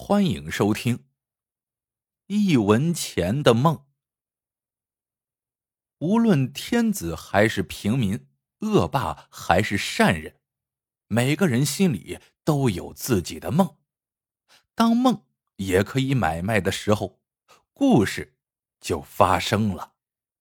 欢迎收听一文钱的梦。无论天子还是平民，恶霸还是善人，每个人心里都有自己的梦。当梦也可以买卖的时候，故事就发生了。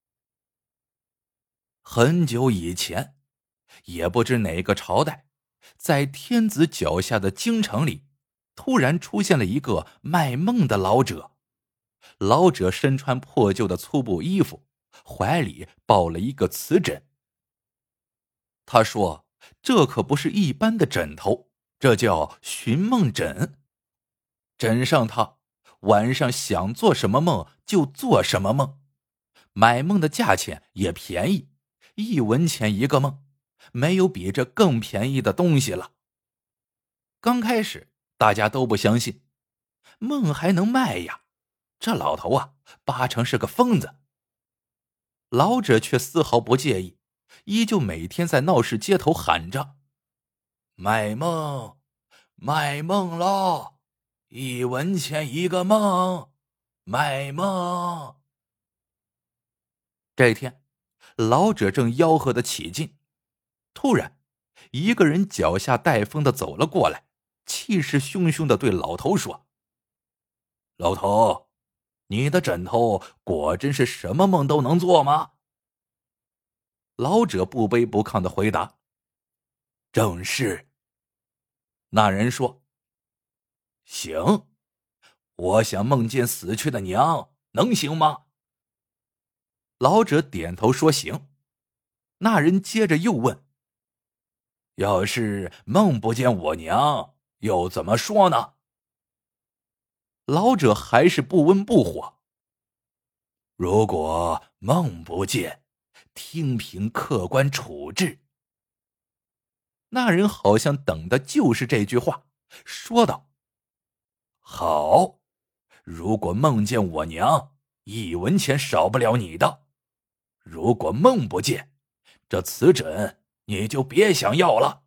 很久以前，也不知哪个朝代，在天子脚下的京城里，突然出现了一个卖梦的老者。老者身穿破旧的粗布衣服，怀里抱了一个瓷枕。他说，这可不是一般的枕头，这叫寻梦枕。枕上他晚上想做什么梦就做什么梦，买梦的价钱也便宜，1文钱一个梦，没有比这更便宜的东西了。刚开始大家都不相信，梦还能卖呀？这老头啊，八成是个疯子。老者却丝毫不介意，依旧每天在闹市街头喊着：卖梦，卖梦喽，1文钱一个梦，卖梦。这天，老者正吆喝得起劲，突然一个人脚下带风的走了过来，气势汹汹地对老头说：老头，你的枕头果真是什么梦都能做吗？老者不卑不亢地回答：正是。那人说：行，我想梦见死去的娘，能行吗？老者点头说行。那人接着又问：要是梦不见我娘，又怎么说呢？老者还是不温不火：如果梦不见，听凭客官处置。那人好像等的就是这句话，说道：好，如果梦见我娘，1文钱少不了你的；如果梦不见，这瓷枕你就别想要了。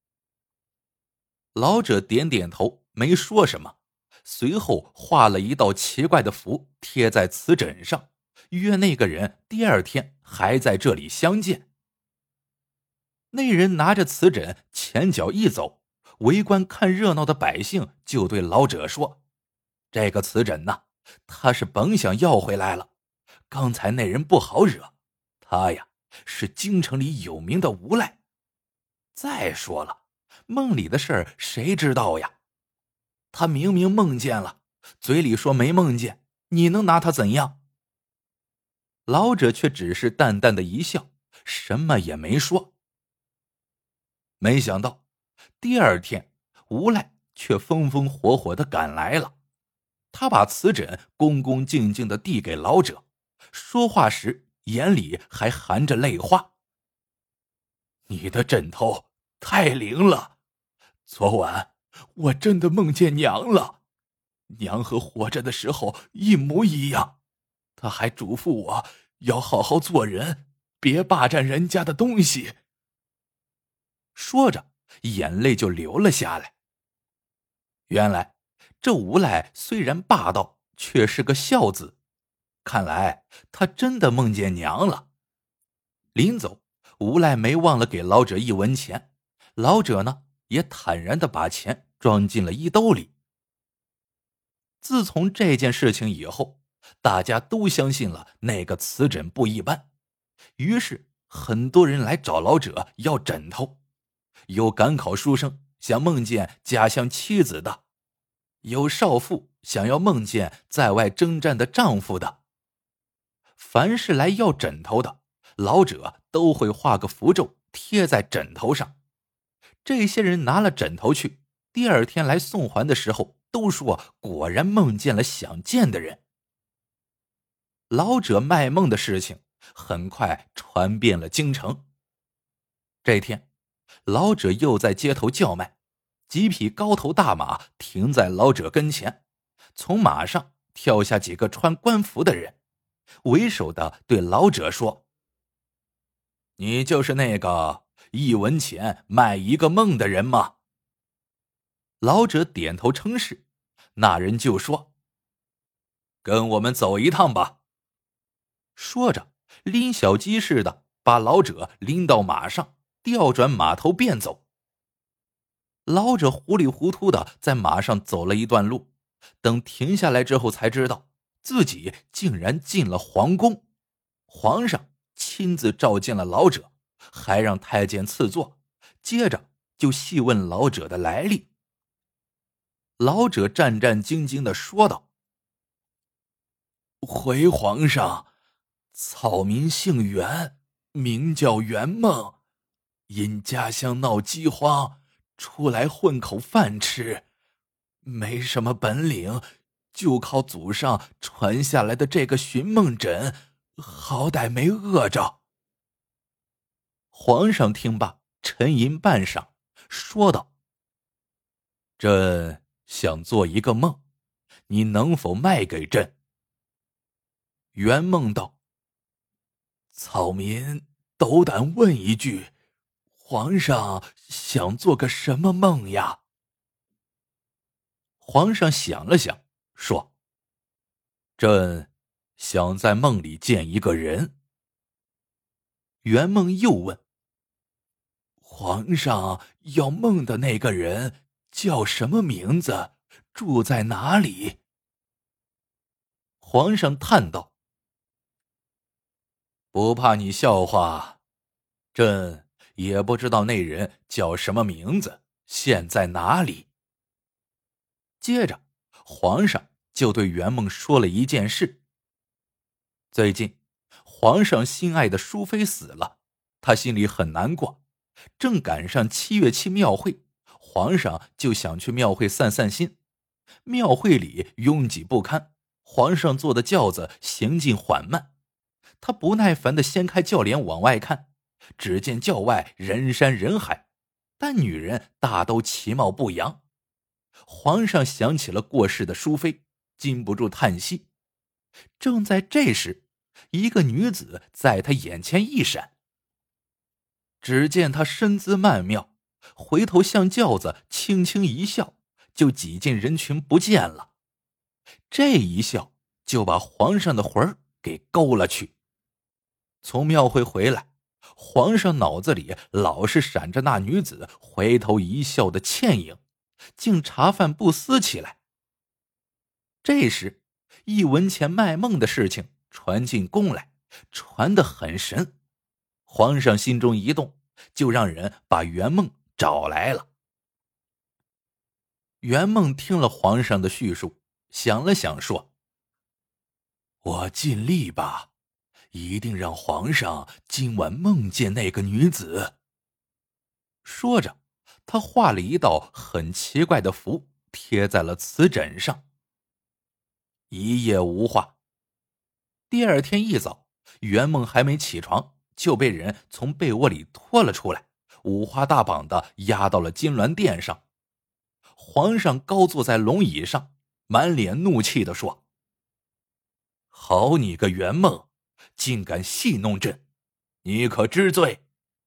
老者点点头，没说什么，随后画了一道奇怪的符贴在瓷枕上，约那个人第2天还在这里相见。那人拿着瓷枕前脚一走，围观看热闹的百姓就对老者说：这个瓷枕呢，他是甭想要回来了。刚才那人不好惹，他呀是京城里有名的无赖。再说了，梦里的事儿谁知道呀？他明明梦见了，嘴里说没梦见，你能拿他怎样？老者却只是淡淡的一笑，什么也没说。没想到第2天，无赖却风风火火地赶来了。他把瓷枕恭恭敬敬地递给老者，说话时眼里还含着泪花。你的枕头太灵了，昨晚我真的梦见娘了，娘和活着的时候一模一样。她还嘱咐我要好好做人，别霸占人家的东西。说着，眼泪就流了下来。原来这无赖虽然霸道，却是个孝子，看来他真的梦见娘了。临走，无赖没忘了给老者1文钱，老者呢也坦然地把钱装进了衣兜里。自从这件事情以后，大家都相信了那个瓷枕不一般，于是很多人来找老者要枕头。有赶考书生想梦见家乡妻子的，有少妇想要梦见在外征战的丈夫的。凡是来要枕头的，老者都会画个符咒贴在枕头上。这些人拿了枕头去，第2天来送还的时候，都说果然梦见了想见的人。老者卖梦的事情很快传遍了京城。这天，老者又在街头叫卖，几匹高头大马停在老者跟前，从马上跳下几个穿官服的人，为首的对老者说：你就是那个1文钱卖一个梦的人吗？老者点头称是， 那人就说：“跟我们走一趟吧。”说着，拎小鸡似的把老者拎到马上，调转马头便走。老者糊里糊涂的在马上走了一段路，等停下来之后才知道自己竟然进了皇宫。皇上亲自召见了老者，还让太监赐座，接着就细问老者的来历。老者战战兢兢地说道：“回皇上，草民姓袁，名叫袁梦，因家乡闹饥荒，出来混口饭吃，没什么本领，就靠祖上传下来的这个寻梦枕，好歹没饿着。”皇上听罢，沉吟半晌，说道：“朕想做一个梦，你能否卖给朕？”袁梦道：“草民斗胆问一句，皇上想做个什么梦呀？”皇上想了想，说：“朕想在梦里见一个人。”袁梦又问：“皇上要梦的那个人叫什么名字？住在哪里？”皇上叹道：“不怕你笑话，朕也不知道那人叫什么名字，现在哪里。”接着，皇上就对袁梦说了一件事。最近，皇上心爱的淑妃死了，他心里很难过。正赶上7月7庙会，皇上就想去庙会散散心。庙会里拥挤不堪，皇上坐的轿子行进缓慢。他不耐烦地掀开轿帘往外看，只见轿外人山人海，但女人大都其貌不扬。皇上想起了过世的淑妃，禁不住叹息。正在这时，一个女子在他眼前一闪。只见她身姿曼妙，回头向轿子轻轻一笑，就挤进人群不见了。这一笑就把皇上的魂儿给勾了去。从庙会回来，皇上脑子里老是闪着那女子回头一笑的倩影，竟茶饭不思起来。这时，一文钱卖梦的事情传进宫来，传得很神。皇上心中一动，就让人把袁梦找来了。袁梦听了皇上的叙述，想了想说：“我尽力吧，一定让皇上今晚梦见那个女子。”说着，他画了一道很奇怪的符，贴在了瓷枕上。一夜无话。第二天一早，袁梦还没起床，就被人从被窝里拖了出来，五花大绑的压到了金銮殿上。皇上高坐在龙椅上，满脸怒气地说：“好你个袁梦，竟敢戏弄朕，你可知罪？”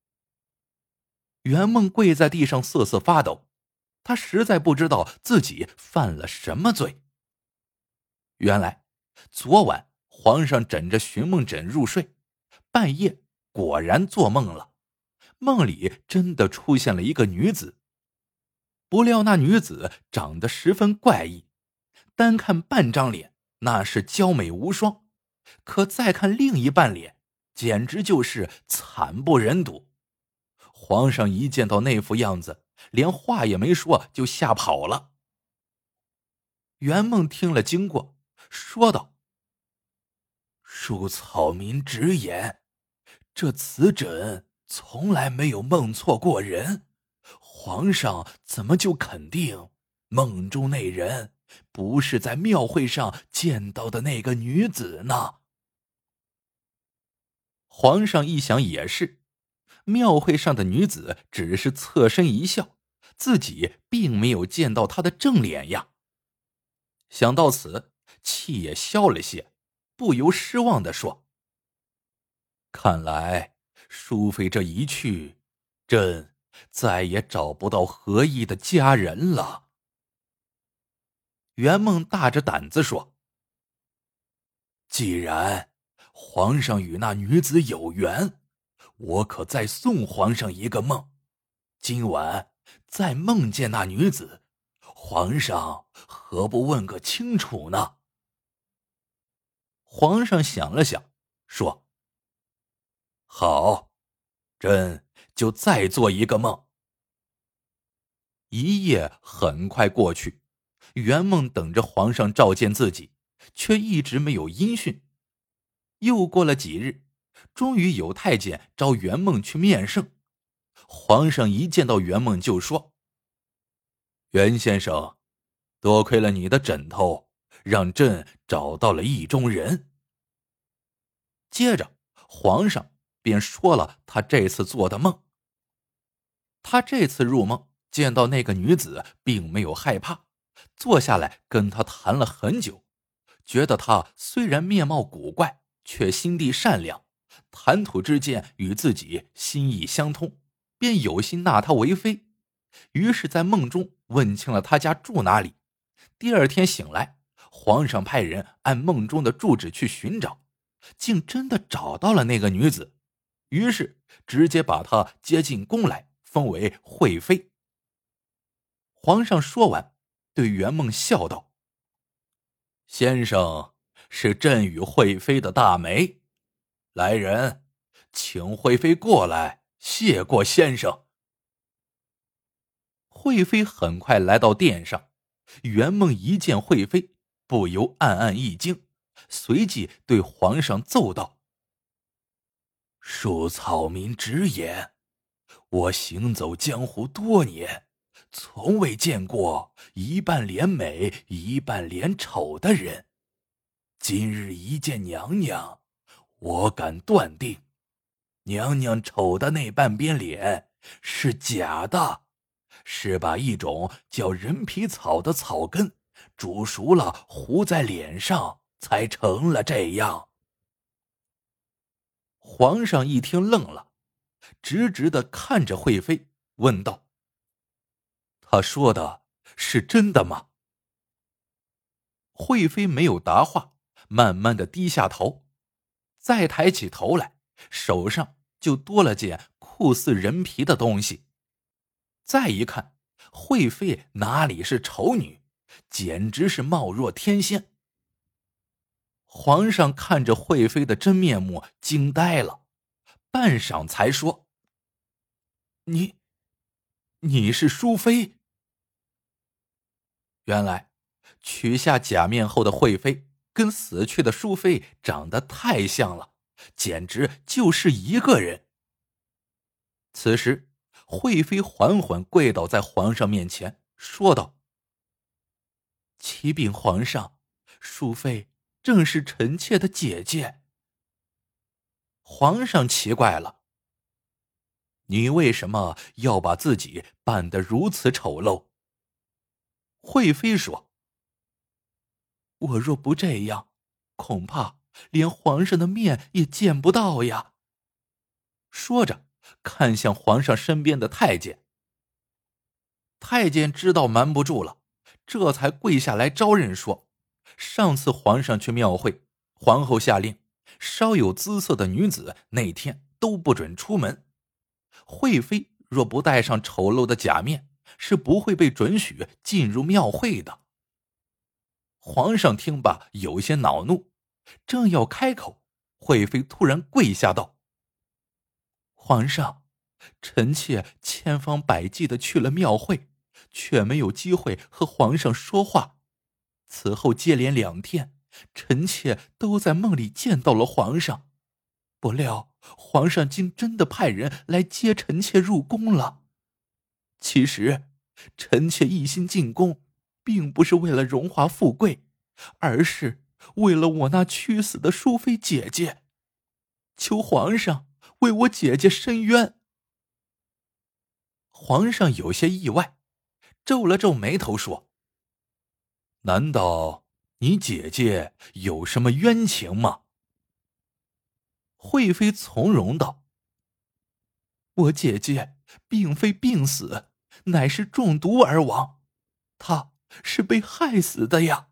袁梦跪在地上瑟瑟发抖，他实在不知道自己犯了什么罪。原来昨晚皇上枕着寻梦枕入睡，半夜果然做梦了，梦里真的出现了一个女子。不料那女子长得十分怪异，单看半张脸那是娇美无双，可再看另一半脸，简直就是惨不忍睹。皇上一见到那副样子，连话也没说就吓跑了。袁梦听了经过，说道：“恕草民直言，这瓷枕从来没有梦错过人，皇上怎么就肯定梦中那人不是在庙会上见到的那个女子呢？”皇上一想也是，庙会上的女子只是侧身一笑，自己并没有见到她的正脸呀。想到此，气也消了些，不由失望地说：“看来淑妃这一去，朕再也找不到合意的佳人了。” 圆梦大着胆子说：“既然皇上与那女子有缘，我可再送皇上一个梦。今晚再梦见那女子，皇上何不问个清楚呢？”皇上想了想，说：“好，朕就再做一个梦。”一夜很快过去，圆梦等着皇上召见自己，却一直没有音讯。又过了几日，终于有太监召圆梦去面圣。皇上一见到圆梦就说：“袁先生，多亏了你的枕头，让朕找到了意中人。”接着皇上便说了他这次做的梦。他这次入梦见到那个女子，并没有害怕，坐下来跟她谈了很久，觉得她虽然面貌古怪，却心地善良，谈吐之间与自己心意相通，便有心纳她为妃。于是在梦中问清了她家住哪里。第二天醒来，皇上派人按梦中的住址去寻找，竟真的找到了那个女子，于是直接把她接进宫来，封为惠妃。皇上说完，对圆梦笑道：“先生是朕与惠妃的大媒，来人，请惠妃过来谢过先生。”惠妃很快来到殿上，圆梦一见惠妃，不由暗暗一惊，随即对皇上奏道：“恕草民直言，我行走江湖多年，从未见过一半脸美一半脸丑的人。今日一见娘娘，我敢断定，娘娘丑的那半边脸是假的，是把一种叫人皮草的草根煮熟了糊在脸上，才成了这样。”皇上一听愣了，直直地看着惠妃，问道：“他说的是真的吗？”惠妃没有答话，慢慢地低下头，再抬起头来，手上就多了件酷似人皮的东西。再一看，惠妃哪里是丑女，简直是貌若天仙。皇上看着惠妃的真面目惊呆了，半晌才说：“你是淑妃？”原来取下假面后的惠妃跟死去的淑妃长得太像了，简直就是一个人。此时惠妃缓缓跪倒在皇上面前，说道：“启禀皇上，淑妃正是臣妾的姐姐。”皇上奇怪了：“你为什么要把自己扮得如此丑陋？”惠妃说：“我若不这样，恐怕连皇上的面也见不到呀。”说着看向皇上身边的太监。太监知道瞒不住了，这才跪下来招认说：“上次皇上去庙会，皇后下令，稍有姿色的女子那天都不准出门。惠妃若不戴上丑陋的假面，是不会被准许进入庙会的。”皇上听罢有些恼怒，正要开口，惠妃突然跪下道：“皇上，臣妾千方百计地去了庙会，却没有机会和皇上说话。此后接连2天，臣妾都在梦里见到了皇上，不料皇上竟真的派人来接臣妾入宫了。其实臣妾一心进宫，并不是为了荣华富贵，而是为了我那屈死的淑妃姐姐，求皇上为我姐姐伸冤。”皇上有些意外，皱了皱眉头说：“难道你姐姐有什么冤情吗？”惠妃从容道：“我姐姐并非病死，乃是中毒而亡。她是被害死的呀！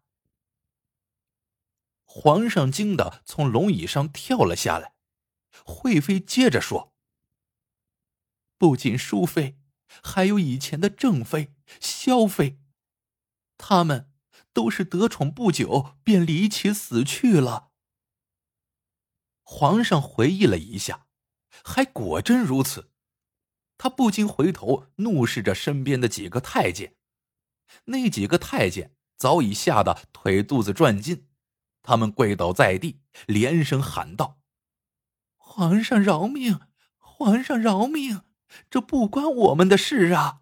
皇上惊得从龙椅上跳了下来。惠妃接着说：“不仅淑妃，还有以前的正妃、萧妃，他们都是得宠不久便离奇死去了。”皇上回忆了一下，还果真如此。他不禁回头怒视着身边的几个太监，那几个太监早已吓得腿肚子转筋，他们跪倒在地，连声喊道：“皇上饶命！皇上饶命！这不关我们的事啊！”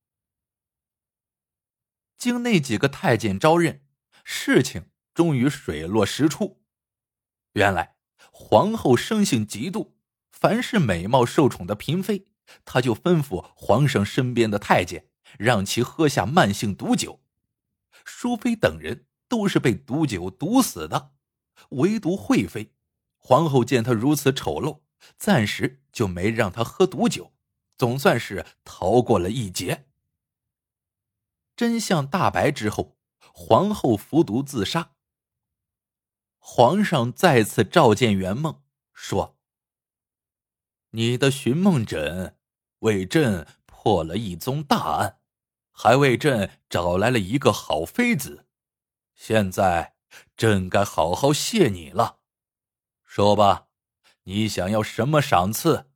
经那几个太监招认，事情终于水落石出。原来皇后生性嫉妒，凡是美貌受宠的嫔妃，她就吩咐皇上身边的太监让其喝下慢性毒酒。淑妃等人都是被毒酒毒死的，唯独惠妃，皇后见她如此丑陋，暂时就没让她喝毒酒，总算是逃过了一劫。真相大白之后，皇后服毒自杀。皇上再次召见圆梦，说：“你的寻梦诊为朕破了一宗大案，还为朕找来了一个好妃子，现在朕该好好谢你了。说吧，你想要什么赏赐？”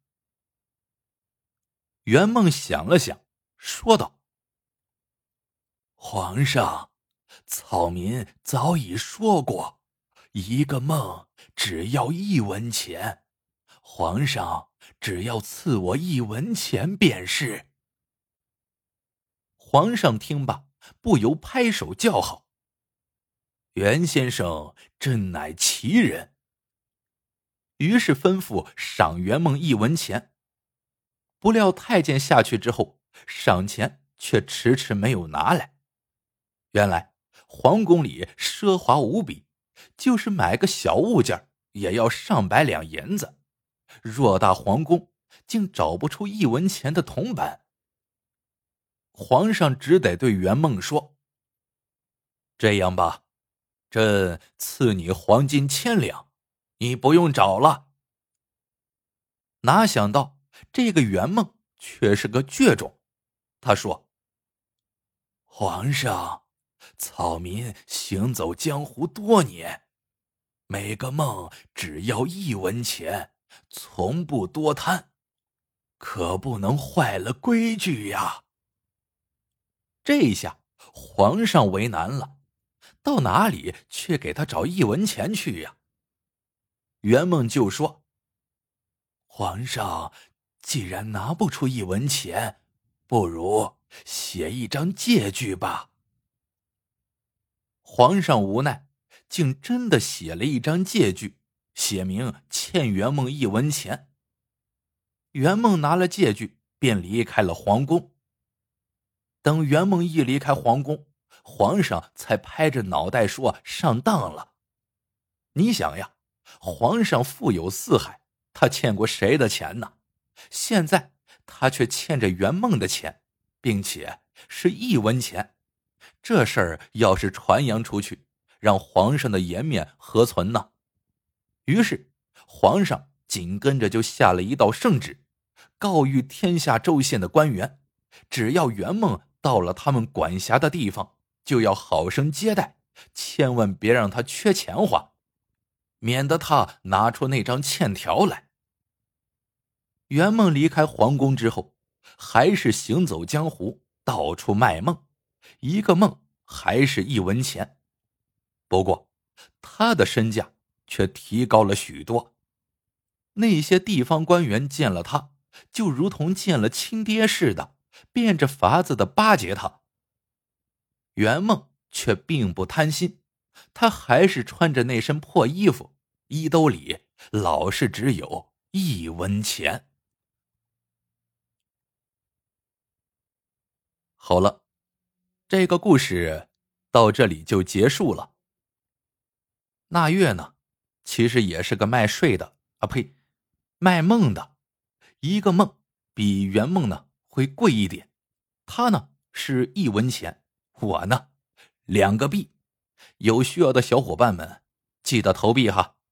圆梦想了想，说道：“皇上，草民早已说过，一个梦只要1文钱，皇上只要赐我1文钱便是。”皇上听罢，不由拍手叫好：“袁先生真乃奇人！”于是吩咐赏圆梦1文钱。不料太监下去之后，赏钱却迟迟没有拿来。原来皇宫里奢华无比，就是买个小物件也要上百两银子，偌大皇宫竟找不出1文钱的铜板。皇上只得对圆梦说：“这样吧，朕赐你黄金1000两，你不用找了。”哪想到这个圆梦却是个倔种，他说：“皇上，草民行走江湖多年，每个梦只要1文钱，从不多贪，可不能坏了规矩呀。”这下皇上为难了，到哪里去给他找1文钱去呀？圆梦就说：“皇上既然拿不出1文钱，不如写一张借据吧。”皇上无奈，竟真的写了一张借据，写明欠圆梦1文钱。圆梦拿了借据，便离开了皇宫。等圆梦一离开皇宫，皇上才拍着脑袋说上当了。你想呀，皇上富有四海，他欠过谁的钱呢？现在他却欠着圆梦的钱，并且是1文钱。这事儿要是传扬出去，让皇上的颜面何存呢？于是皇上紧跟着就下了一道圣旨，告谕天下州县的官员，只要圆梦到了他们管辖的地方，就要好生接待，千万别让他缺钱花，免得他拿出那张欠条来。圆梦离开皇宫之后，还是行走江湖，到处卖梦，一个梦还是1文钱。不过他的身价却提高了许多，那些地方官员见了他，就如同见了亲爹似的，变着法子的巴结他。圆梦却并不贪心，他还是穿着那身破衣服，衣兜里老是只有1文钱。好了，这个故事到这里就结束了。那月呢，其实也是个卖睡的啊，呸，卖梦的。一个梦比圆梦呢会贵一点，他呢是1文钱，我呢 2个币。有需要的小伙伴们记得投币哈。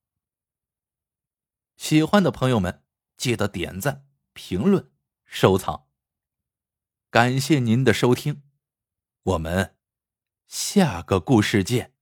喜欢的朋友们记得点赞、评论、收藏。感谢您的收听，我们下个故事见。